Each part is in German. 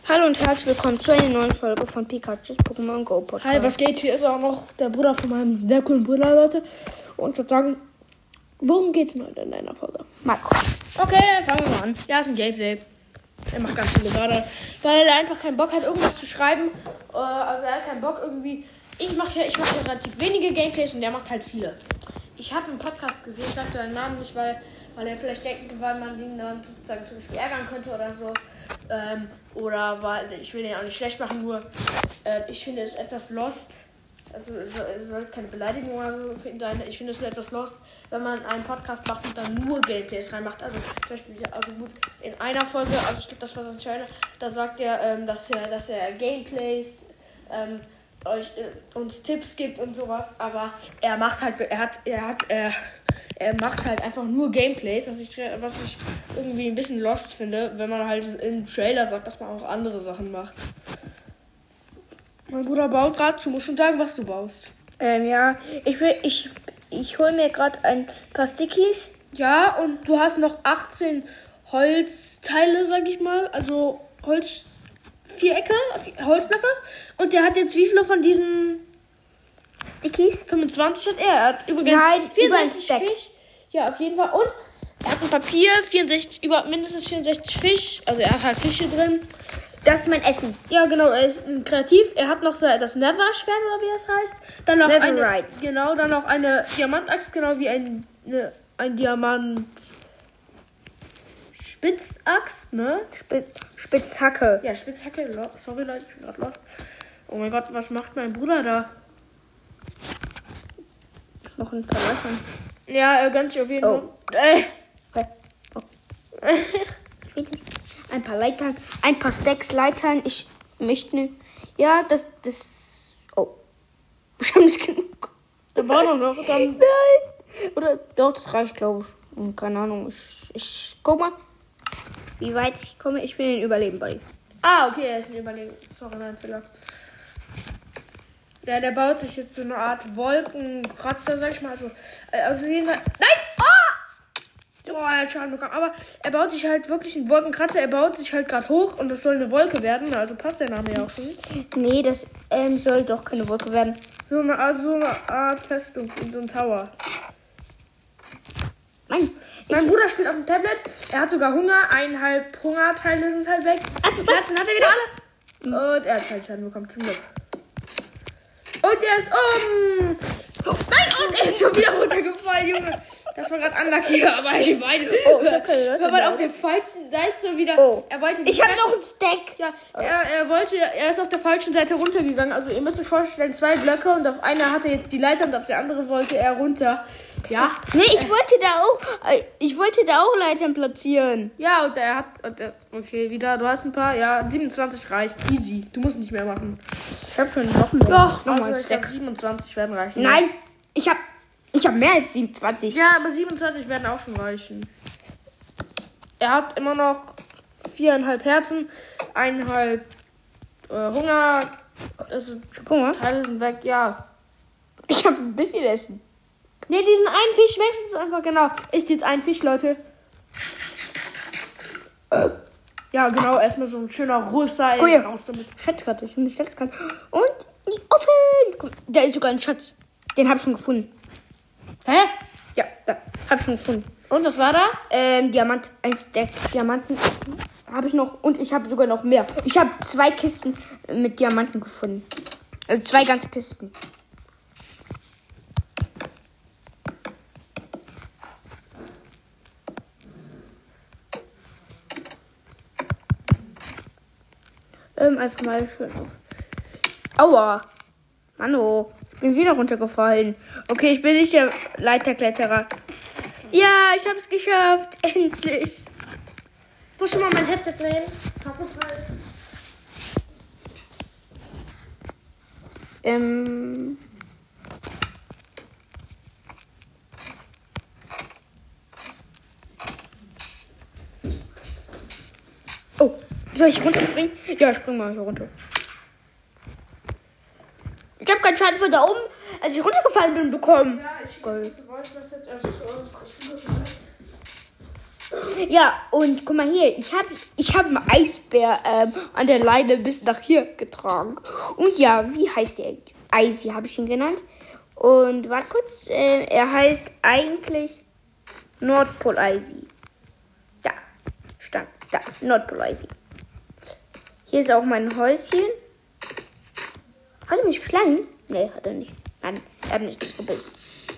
Hallo und herzlich willkommen zu einer neuen Folge von Pikachu's Pokémon Go Podcast. Hi, was geht? Hier ist auch noch der Bruder von meinem sehr coolen Bruder, Leute. Und ich würde sagen, worum geht's denn heute in deiner Folge? Marco. Okay, fangen wir mal an. Ja, ist ein Gameplay. Er macht ganz viele gerade, weil er einfach keinen Bock hat, irgendwas zu schreiben. Also er hat keinen Bock irgendwie. Ich mache ja relativ wenige Gameplays und der macht halt viele. Ich habe einen Podcast gesehen, sagte seinen Namen nicht, weil er vielleicht denkt, weil man ihn dann sozusagen zum Beispiel ärgern könnte oder so. Oder weil, ich will den auch nicht schlecht machen, nur ich finde es etwas lost. Also es soll keine Beleidigung oder so für ihn sein. Ich finde es nur etwas lost, wenn man einen Podcast macht und dann nur Gameplays reinmacht. Also zum Beispiel, also gut, in einer Folge, also ich glaube, das war so ein Trailer, da sagt er, dass er Gameplays uns Tipps gibt und sowas, aber er macht halt, er macht halt einfach nur Gameplays, was ich irgendwie ein bisschen lost finde, wenn man halt im Trailer sagt, dass man auch andere Sachen macht. Mein Bruder baut gerade, du musst schon sagen, was du baust. Ja, ich hole mir gerade ein paar Stickies. Ja, und du hast noch 18 Holzteile, sag ich mal, also Holzblöcke. Und der hat jetzt wie viele von diesen Stickies? 25 hat er. Er hat übrigens 64 Fisch. Ja, auf jeden Fall. Und er hat ein Papier, mindestens 64 Fisch. Also er hat halt Fische drin. Das ist mein Essen. Ja, genau, er ist kreativ. Er hat noch das Nether-Schwert, oder wie es heißt. Dann noch Netherite. dann noch eine Diamantaxt, genau wie ein Diamant... Spitzaxt, ne? Spitzhacke. Ja, Spitzhacke. Sorry, Leute, ich bin gerade lost. Oh mein Gott, was macht mein Bruder da? Noch ein paar Leitern. Ja, er gönnt sich auf jeden Fall. Ein paar Leitern, ein paar Stacks Leitern. Ich möchte... Ja, das... Oh. Ich habe nicht genug. Da war noch. Dann Nein. Oder doch, das reicht, glaube ich. Keine Ahnung. Ich guck mal, wie weit ich komme. Ich bin in Überleben bei. okay, er ist ein Überlegen. Sorry, nein, Fehler. Ja, der baut sich jetzt so eine Art Wolkenkratzer, sag ich mal. Also jeden Fall. Nein! Oh, er hat Schaden bekommen. Aber er baut sich halt wirklich einen Wolkenkratzer. Er baut sich halt gerade hoch und das soll eine Wolke werden. Also passt der Name ja auch schon. Nee, das soll doch keine Wolke werden. So eine Art Festung, in so einem Tower. Mein Bruder spielt auf dem Tablet. Er hat sogar Hunger. 1,5 Hungerteile sind halt weg. Herzen hat er wieder alle. Und er hat halt Schaden bekommen, zum Glück. Und er ist Nein, und er ist schon wieder runtergefallen, Junge. Das war gerade unlucky, aber ich meine. Hör mal auf der falschen Seite wieder. Oh. Er wollte Ich habe noch einen Stack. Ja, er ist auf der falschen Seite runtergegangen. Also ihr müsst euch vorstellen, 2 Blöcke und auf einer hatte jetzt die Leiter und auf der andere wollte er runter. Ja. Nee, ich wollte da auch Leitern platzieren. Ja, und okay, wieder, du hast ein paar, ja, 27 reicht. Easy. Du musst nicht mehr machen. Ich habe schon noch einen. Ja, noch ein ich Stack. glaub, 27 werden reichen. Nein, ich hab mehr als 27. Ja, aber 27 werden auch schon reichen. Er hat immer noch 4,5 Herzen, 1,5 Hunger. Also, Hunger? Teile sind weg, ja. Ich habe ein bisschen Essen. Ne, diesen einen Fisch wechselt es einfach, genau. Ist jetzt ein Fisch, Leute. Ja, genau, erstmal so ein schöner Röster. Cool. Raus damit. Schatzkarte, ich finde die Schatzkarte. Und die offen. Guck, da ist sogar ein Schatz. Den habe ich schon gefunden. Hä? Ja, da habe ich schon gefunden. Und was war da? Diamant, ein Stack Diamanten habe ich noch. Und ich habe sogar noch mehr. Ich habe 2 Kisten mit Diamanten gefunden. Also 2 ganze Kisten. Einfach mal schön auf. Aua. Mano, ich bin wieder runtergefallen. Okay, ich bin nicht der Leiterkletterer. Ja, ich hab's geschafft. Endlich. Ich muss schon mal mein Headset nehmen. Oh, soll ich runterspringen? Ja, ich spring mal hier runter. Ich habe keinen Schaden von da oben, als ich runtergefallen bin, bekommen. Ja, ich weiß, was jetzt. Also, ich Ja, und guck mal hier, ich hab einen Eisbär an der Leine bis nach hier getragen. Und ja, wie heißt der? Icy habe ich ihn genannt. Und warte kurz, er heißt eigentlich Nordpol Icy. Da, stand, da, Nordpol Icy. Hier ist auch mein Häuschen. Hat er mich geschlagen? Nee, hat er nicht. Nein, er hat mich nicht gebissen.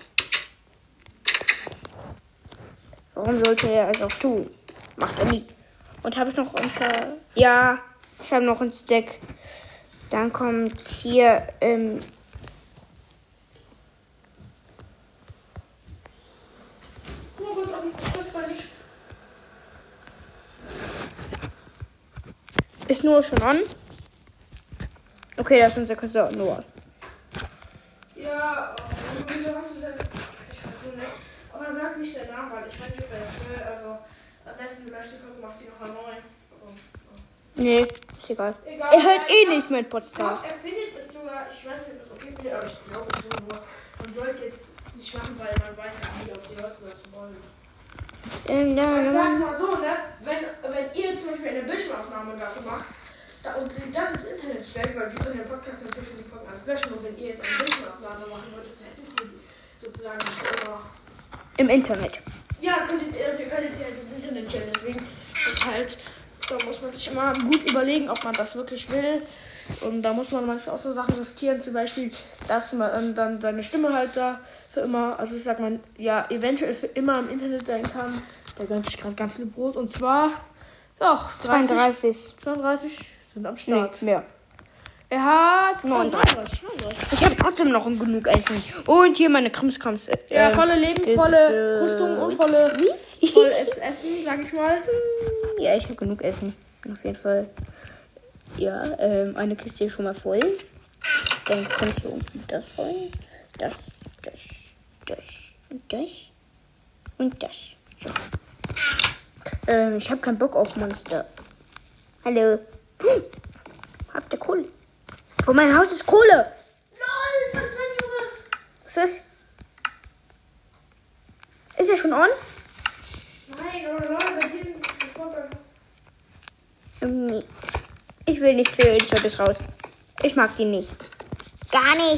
Warum sollte er es auch tun? Macht er nie. Und habe ich noch ja, ich habe noch ein Stack. Dann kommt hier, ist nur schon an. Okay, das ist unser Cousin Noah. Ja, wieso hast du denn... Ich weiß so nicht. Aber sag nicht den Namen, weil ich weiß nicht, wer das will. Also, am besten löscht die Folge, machst du noch neu. Nee, ist egal. Egal. Er hört nicht meinen Ich glaub, Podcast. er findet es sogar, ich weiß nicht, ob es okay findet, aber ich glaube es sogar nur. Man sollte jetzt nicht machen, weil man weiß ja nie, ob die Leute das wollen. Ich sag's mal so, ne? Wenn ihr zum Beispiel eine Bildschirmaufnahme dafür macht und die dann ins Internet stellt, weil wir können den Podcast natürlich schon die Folgen alles löschen, und wenn ihr jetzt eine Bildschirmaufnahme machen wolltet, dann hättet ihr sozusagen das immer. Im Internet. Ja, ihr könnt jetzt ja ins Internet stellen, deswegen ist es halt, da muss man sich immer gut überlegen, ob man das wirklich will. Und da muss man manchmal auch so Sachen riskieren, zum Beispiel, dass man dann seine Stimme halt da für immer, also ich sag mal, ja, eventuell für immer im Internet sein kann. Da gönnt sich gerade ganz viel Brot. Und zwar, ja, 32 sind am Start. Nee, mehr. Er hat 39. Ich habe trotzdem noch genug Essen. Und hier meine Krimskrams. Ja, volle Leben, volle Rüstung und volles Essen, sag ich mal. Ja, ich habe genug Essen. Auf jeden Fall. Ja, eine Kiste ist schon mal voll. Dann kommt hier unten das rein. Das und das. Und das. So. Ich habe keinen Bock auf Monster. Hallo. Habt ihr Kohle? Vor meinem Haus ist Kohle. Lol, was ist das, Junge? Was ist das? Ist er schon on? Nein, oder lol, bei dir Nee. Ich will nicht für Service raus. Ich mag die nicht. Gar nicht.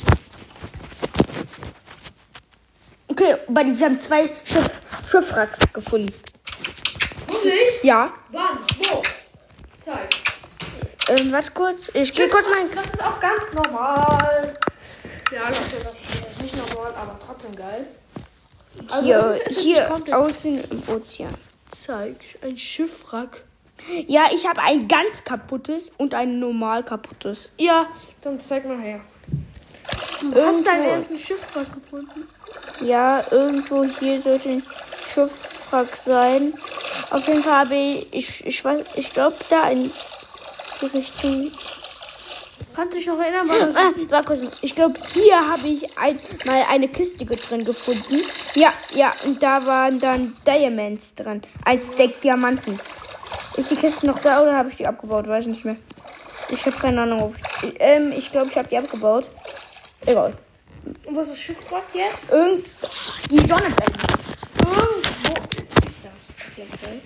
Okay, aber wir haben 2 Schiffwracks gefunden. Wirklich? Ja. Wann? Wo? Zeig. Warte kurz. Ich gehe kurz mal. Das ist auch ganz normal. Ja, Leute, das ist nicht normal, aber trotzdem geil. Also Hier, es ist hier nicht komplett- außen im Ozean. Zeig, ein Schiffwrack. Ja, ich habe ein ganz kaputtes und ein normal kaputtes. Ja, dann zeig mal her. Du hast da irgendein Schiffwrack gefunden? Ja, irgendwo hier sollte ein Schiffwrack sein. Auf jeden Fall habe ich glaube da in die Richtung. Kannst du dich noch erinnern, war das? Warte kurz. Ich glaube, hier habe ich mal eine Kiste drin gefunden. Ja, und da waren dann Diamonds drin. Ein Stack Diamanten. Ist die Kiste noch da oder habe ich die abgebaut? Weiß nicht mehr. Ich habe keine Ahnung, ob ich glaube, ich habe die abgebaut. Egal. Und was ist Schiffwrack jetzt? Die Sonne brennt. Irgendwo ist das. Auf jeden Fall.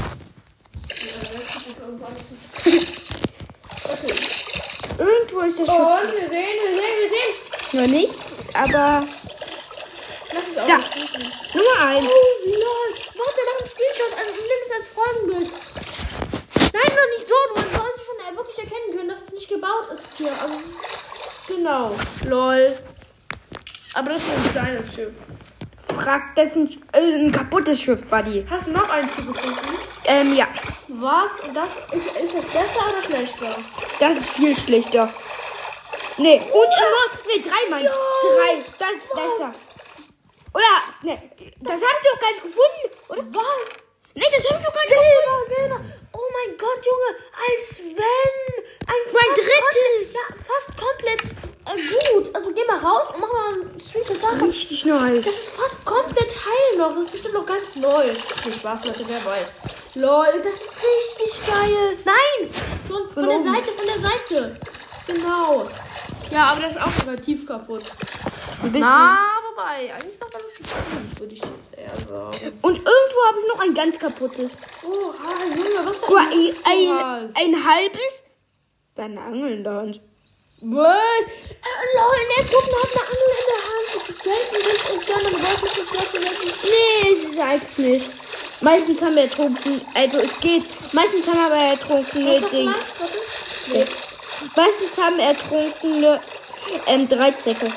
Okay. Irgendwo ist das Schiff. Und wir sehen. Nur nichts, aber Lass es auch. da. Nummer 1. Oh, lol. Warte, mach einen Screenshot an und nimm es als Folgenbild. Nein, noch nicht so. Man sollte schon wirklich erkennen können, dass es nicht gebaut ist hier. Also, es ist genau. Lol. Aber das ist ein kleines Schiff. Frag, das ist ein kaputtes Schiff, Buddy. Hast du noch eins hier gefunden? Ja. Was? Ist das besser oder schlechter? Das ist viel schlechter. Nee, und 3 mein. Ja. 3, das ist besser. Oder, ne, das habe ich doch gar nicht gefunden, oder? Was? Nee, das habe ich doch gar nicht gefunden. Silber. Oh mein Gott, Junge. Als wenn. Mein drittes. Ja, fast komplett gut. Also geh mal raus und mach mal einen Screenshot davon. Richtig nice. Das ist fast komplett heil noch. Das ist bestimmt noch ganz neu. Nicht Spaß, Leute, wer weiß. Lol, das ist richtig geil. Nein! Von der Seite. Genau. Ja, aber das ist auch relativ kaputt. Ein bisschen. Na, vorbei. Eigentlich noch relativ gut, würde ich jetzt eher sagen. Und irgendwo habe ich noch ein ganz kaputtes. Oh, Junge, was Guck mal, ein halbes. Eine Angel in der Hand. Was? Lol, der Truppen hat eine Angel in der Hand. Das ist selten und dann weiß nicht, was das selten. Nee, ist es eigentlich nicht. Meistens haben wir ertrunken, also es geht. Meistens haben aber ertrunkene Dings. Nee. Meistens haben ertrunkene Dreizacke.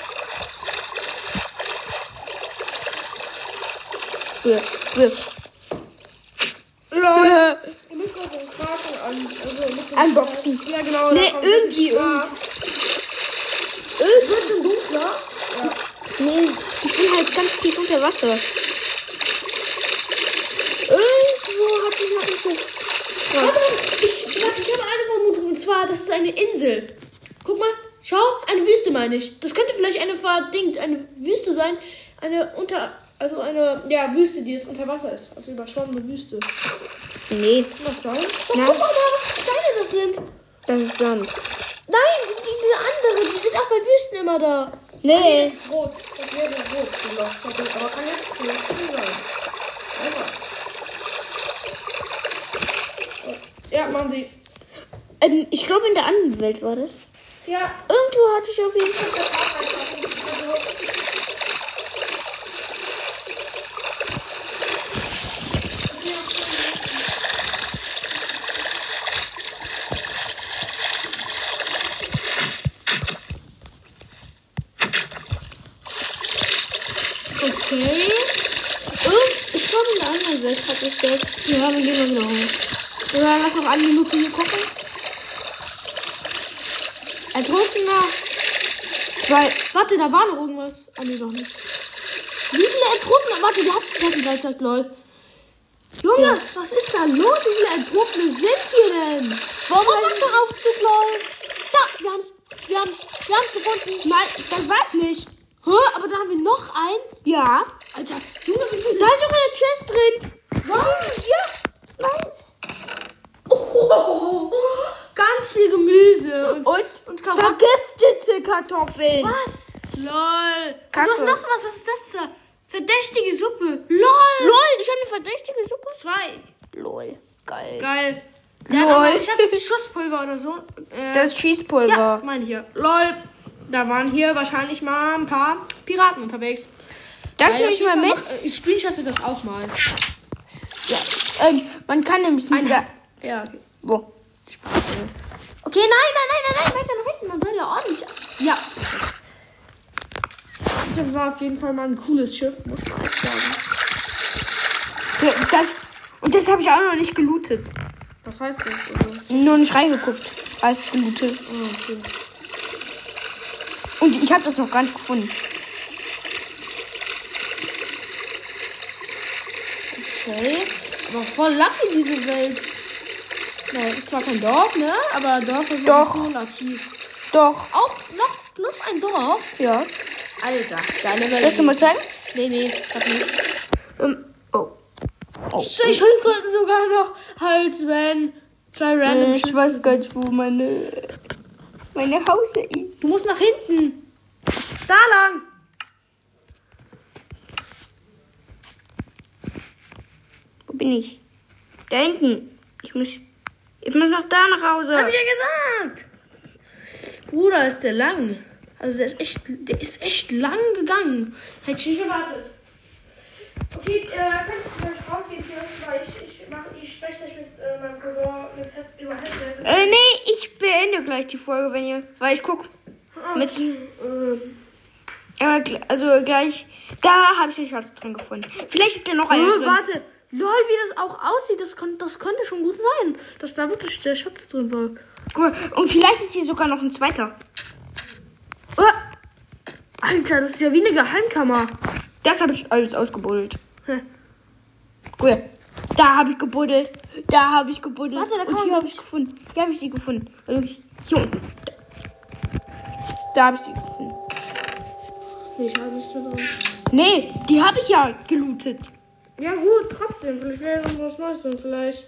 Lol. Du musst mal so einen Kraken Unboxen. Ja, genau. Nee, irgendwie. Wird schon dunkler? Ja. Nee, ich bin halt ganz tief unter Wasser. Irgendwo hatte ich noch ein Schiff. Warte, ich habe eine Vermutung. Und zwar, das ist eine Insel. Guck mal. Schau, eine Wüste meine ich. Das könnte vielleicht eine Wüste sein. Eine Wüste, die jetzt unter Wasser ist. Also überschwommene Wüste. Nee. Was soll? Doch, guck doch mal, was für Steine das sind. Das ist Sand. Nein, diese andere, die sind auch bei Wüsten immer da. Nee. Das ist rot. Das wäre rot. Aber kann jetzt nicht sein. Ja, man sieht. Ich glaube, in der anderen Welt war das. Ja. Irgendwo hatte ich auf jeden Fall. Okay. Ich glaube, in der anderen Welt hatte ich das. Ja, dann gehen wir wieder hoch. Oder lass noch eine Minute hier gucken. Ertrunkener. 2. Warte, da war noch irgendwas. Ah, nee, doch nicht. Wie viele Ertrunkene? Warte, die hatten einen Gleitzeit, lol. Junge, Ja. was ist da los? Wie viele Ertrunkene sind hier denn? Warum Wasseraufzug, lol. Da, wir haben's gefunden. Nein, das war's nicht. Hä, aber da haben wir noch eins. Ja. Alter, Junge, wie viele? Da ist sogar eine Chest drin. Was? Ja. Nein. Oh, ganz viel Gemüse und Karotten. Vergiftete Kartoffeln. Was? Lol. Kacke. Du hast noch was. Was ist das da? Verdächtige Suppe. Lol. Lol, ich habe eine verdächtige Suppe. 2. Lol. Geil. Geil. Lol. Ja, aber ich hatte jetzt Schusspulver oder so. Das ist Schießpulver. Ja, mein hier. Lol. Da waren hier wahrscheinlich mal ein paar Piraten unterwegs. Das Geil, nehme ich auf jeden mal Fall mit. Ich screenshotte das auch mal. Ja. Man kann nämlich nicht sagen. Ja, okay. Wo? Okay, nein, weiter nach hinten. Man soll ja ordentlich. Ja. Das war auf jeden Fall mal ein cooles Schiff, muss man echt sagen. Das habe ich auch noch nicht gelootet. Was heißt das? Also? Nur nicht reingeguckt. Heißt gelootet. Oh, okay. Und ich habe das noch gar nicht gefunden. Okay. Aber voll lucky diese Welt. Naja, ist zwar kein Dorf, ne? Aber Dorf ist Doch. so lucky. Doch. Auch noch plus ein Dorf? Ja. Alter, deine Welt. Willst du mal zeigen? Nee, grad nicht. Oh. Schildkröten sogar noch. Halswen. 2 random. Ich weiß gar nicht, wo meine Hause ist. Du musst nach hinten. Da lang. Wo bin ich? Da hinten. Ich muss noch da nach Hause. Hab ich ja gesagt. Bruder, ist der lang. Also der ist echt lang gegangen. Hätte ich nicht erwartet. Okay, kannst du gleich rausgehen hier, weil ich spreche gleich mit meinem Cousin über Headset. Nee, ich beende gleich die Folge, weil ich gucke. Also gleich, da habe ich den Schatz drin gefunden. Vielleicht ist da noch einer drin. Warte, lol, wie das auch aussieht, das könnte schon gut sein, dass da wirklich der Schatz drin war. Guck mal, und vielleicht ist hier sogar noch ein zweiter. Alter, das ist ja wie eine Geheimkammer. Das habe ich alles ausgebuddelt. Hä? Guck mal, da habe ich gebuddelt. Da habe ich gebuddelt. Warte, da kann und man hier habe ich gefunden. Hier habe ich die gefunden. Also hier unten. Da habe ich sie gefunden. Nee, ich habe nichts da drin. Nee, die habe ich ja gelootet. Ja gut, trotzdem. Vielleicht wäre noch was Neues und vielleicht...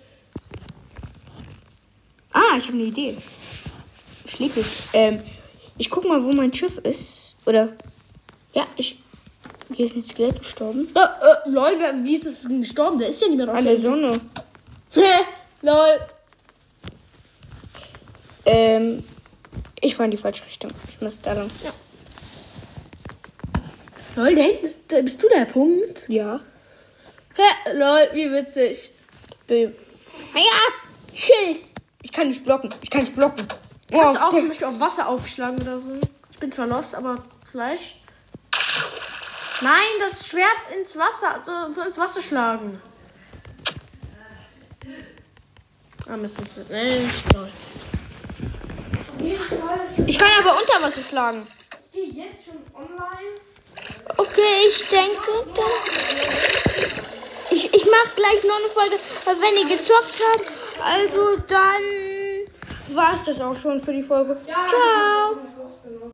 Ah, ich habe eine Idee. Ich lebe jetzt. Ich guck mal, wo mein Schiff ist. Oder? Ja, Hier ist ein Skelett gestorben. Lol, wie ist das denn gestorben? Der ist ja nicht mehr drauf. An der Sonne. Lol. Ich fand die falsche Richtung. Ich muss da lang. Ja. Lol, bist du der Punkt? Ja. Lol, wie witzig. Ja! Schild! Ich kann nicht blocken. Kannst du auch zum Beispiel auf Wasser aufschlagen oder so? Ich bin zwar lost, aber vielleicht. Nein, das Schwert ins Wasser, so ins Wasser schlagen. Mist. Nee, lol. Ich kann aber unter Wasser schlagen. Die jetzt schon online? Okay, ich denke. Ich mache gleich noch eine Folge, wenn ihr gezockt habt. Also dann war es das auch schon für die Folge. Ja. Ciao.